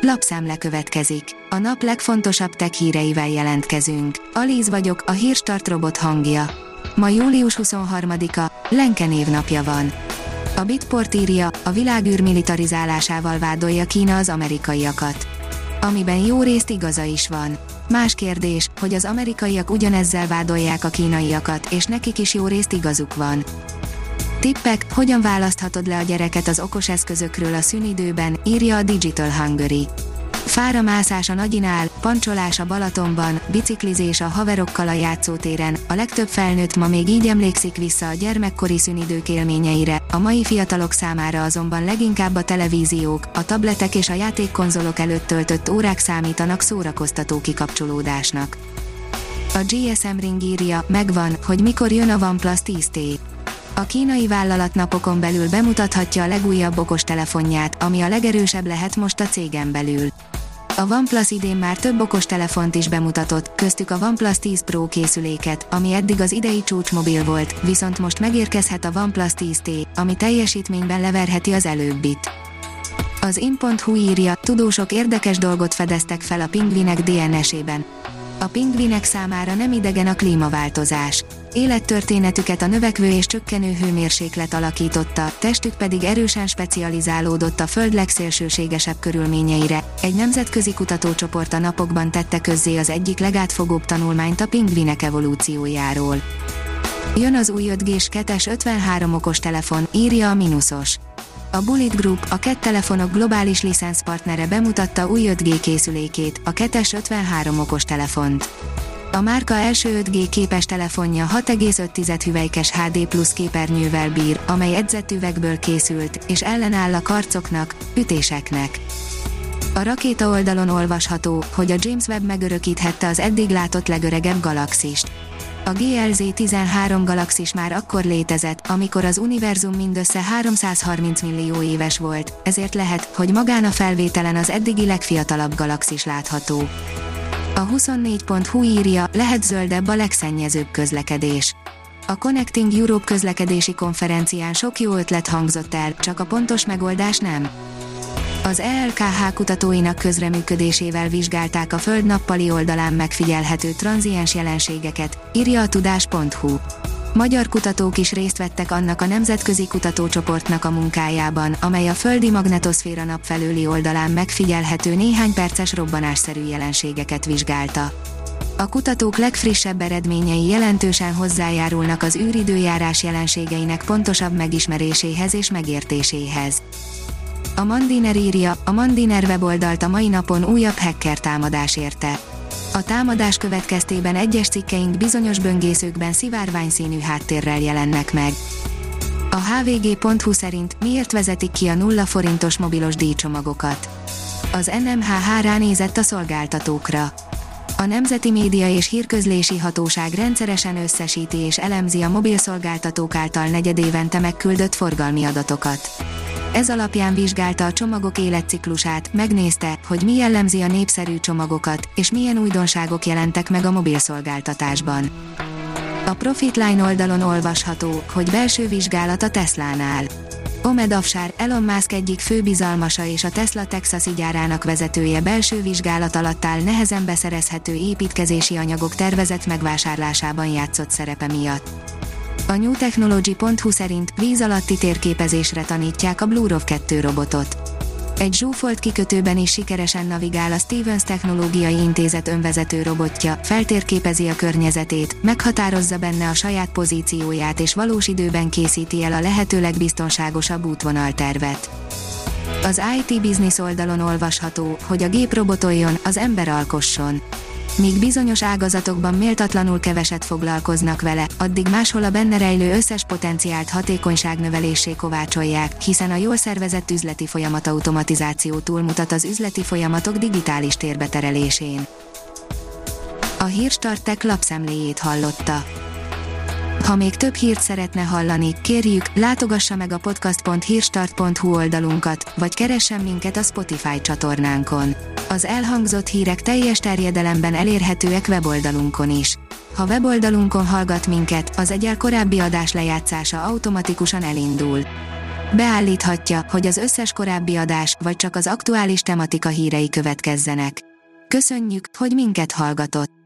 Lapszemle következik. A nap legfontosabb tech híreivel jelentkezünk. Alíz vagyok, a Hírstart robot hangja. Ma július 23-a, Lenke névnapja van. A Bitport írja, a világűr militarizálásával vádolja Kína az amerikaiakat. Amiben jó részt igaza is van. Más kérdés, hogy az amerikaiak ugyanezzel vádolják a kínaiakat, és nekik is jó részt igazuk van. Tippek, hogyan választhatod le a gyereket az okos eszközökről a szünidőben, írja a Digital Hungary. Fáramászás a Nagyinál, pancsolás a Balatonban, biciklizés a haverokkal a játszótéren, a legtöbb felnőtt ma még így emlékszik vissza a gyermekkori szünidők élményeire, a mai fiatalok számára azonban leginkább a televíziók, a tabletek és a játékkonzolok előtt töltött órák számítanak szórakoztató kikapcsolódásnak. A GSM Ring írja, megvan, hogy mikor jön a OnePlus 10T. A kínai vállalat napokon belül bemutathatja a legújabb okostelefonját, ami a legerősebb lehet most a cégen belül. A OnePlus idén már több okostelefont is bemutatott, köztük a OnePlus 10 Pro készüléket, ami eddig az idei csúcsmobil volt, viszont most megérkezhet a OnePlus 10T, ami teljesítményben leverheti az előbbit. Az in.hu írja, tudósok érdekes dolgot fedeztek fel a pingvinek DNS-ében. A pingvinek számára nem idegen a klímaváltozás. Élettörténetüket a növekvő és csökkenő hőmérséklet alakította, testük pedig erősen specializálódott a Föld legszélsőségesebb körülményeire. Egy nemzetközi kutatócsoport a napokban tette közzé az egyik legátfogóbb tanulmányt a pingvinek evolúciójáról. Jön az új 5G-s ketes 53 okostelefon, írja a Minusos. A Bullet Group, a KET telefonok globális licenszpartnere bemutatta új 5G készülékét, a ketes 53 okostelefont. A márka első 5G képes telefonja 6,5 hüvelykes HD Plus képernyővel bír, amely edzett üvegből készült, és ellenáll a karcoknak, ütéseknek. A rakéta oldalon olvasható, hogy a James Webb megörökíthette az eddig látott legöregebb galaxist. A GLZ-13 galaxis már akkor létezett, amikor az univerzum mindössze 330 millió éves volt, ezért lehet, hogy magán a felvételen az eddigi legfiatalabb galaxis látható. A 24.hu írja, lehet zöldebb a legszennyezőbb közlekedés. A Connecting Europe közlekedési konferencián sok jó ötlet hangzott el, csak a pontos megoldás nem. Az ELKH kutatóinak közreműködésével vizsgálták a Föld nappali oldalán megfigyelhető tranziens jelenségeket, írja a tudás.hu. Magyar kutatók is részt vettek annak a nemzetközi kutatócsoportnak a munkájában, amely a földi magnetoszféra nap felőli oldalán megfigyelhető néhány perces robbanásszerű jelenségeket vizsgálta. A kutatók legfrissebb eredményei jelentősen hozzájárulnak az űridőjárás jelenségeinek pontosabb megismeréséhez és megértéséhez. A Mandiner írja, a Mandiner weboldalt a mai napon újabb hacker támadás érte. A támadás következtében egyes cikkeink bizonyos böngészőkben szivárványszínű háttérrel jelennek meg. A hvg.hu szerint miért vezetik ki a 0 forintos mobilos díjcsomagokat. Az NMHH ránézett a szolgáltatókra. A Nemzeti Média és Hírközlési Hatóság rendszeresen összesíti és elemzi a mobilszolgáltatók által negyedévente megküldött forgalmi adatokat. Ez alapján vizsgálta a csomagok életciklusát, megnézte, hogy mi jellemzi a népszerű csomagokat, és milyen újdonságok jelentek meg a mobilszolgáltatásban. A Profitline oldalon olvasható, hogy belső vizsgálat a Teslánál. Omed Afshar, Elon Musk egyik fő bizalmasa és a Tesla texasi gyárának vezetője belső vizsgálat alatt áll nehezen beszerezhető építkezési anyagok tervezett megvásárlásában játszott szerepe miatt. A newtechnology.hu szerint víz alatti térképezésre tanítják a Bluerov 2 robotot. Egy zsúfolt kikötőben is sikeresen navigál a Stevens Technológiai Intézet önvezető robotja, feltérképezi a környezetét, meghatározza benne a saját pozícióját és valós időben készíti el a lehető legbiztonságosabb útvonaltervet. Az IT Business oldalon olvasható, hogy a gép robotoljon, az ember alkosson. Míg bizonyos ágazatokban méltatlanul keveset foglalkoznak vele, addig máshol a benne rejlő összes potenciált hatékonyság növelésé kovácsolják, hiszen a jól szervezett üzleti folyamat automatizáció túlmutat az üzleti folyamatok digitális térbe terelésén. A Hírstart Tech lapszemléjét hallotta. Ha még több hírt szeretne hallani, kérjük, látogassa meg a podcast.hírstart.hu oldalunkat, vagy keressen minket a Spotify csatornánkon. Az elhangzott hírek teljes terjedelemben elérhetőek weboldalunkon is. Ha weboldalunkon hallgat minket, az egyel korábbi adás lejátszása automatikusan elindul. Beállíthatja, hogy az összes korábbi adás, vagy csak az aktuális tematika hírei következzenek. Köszönjük, hogy minket hallgatott!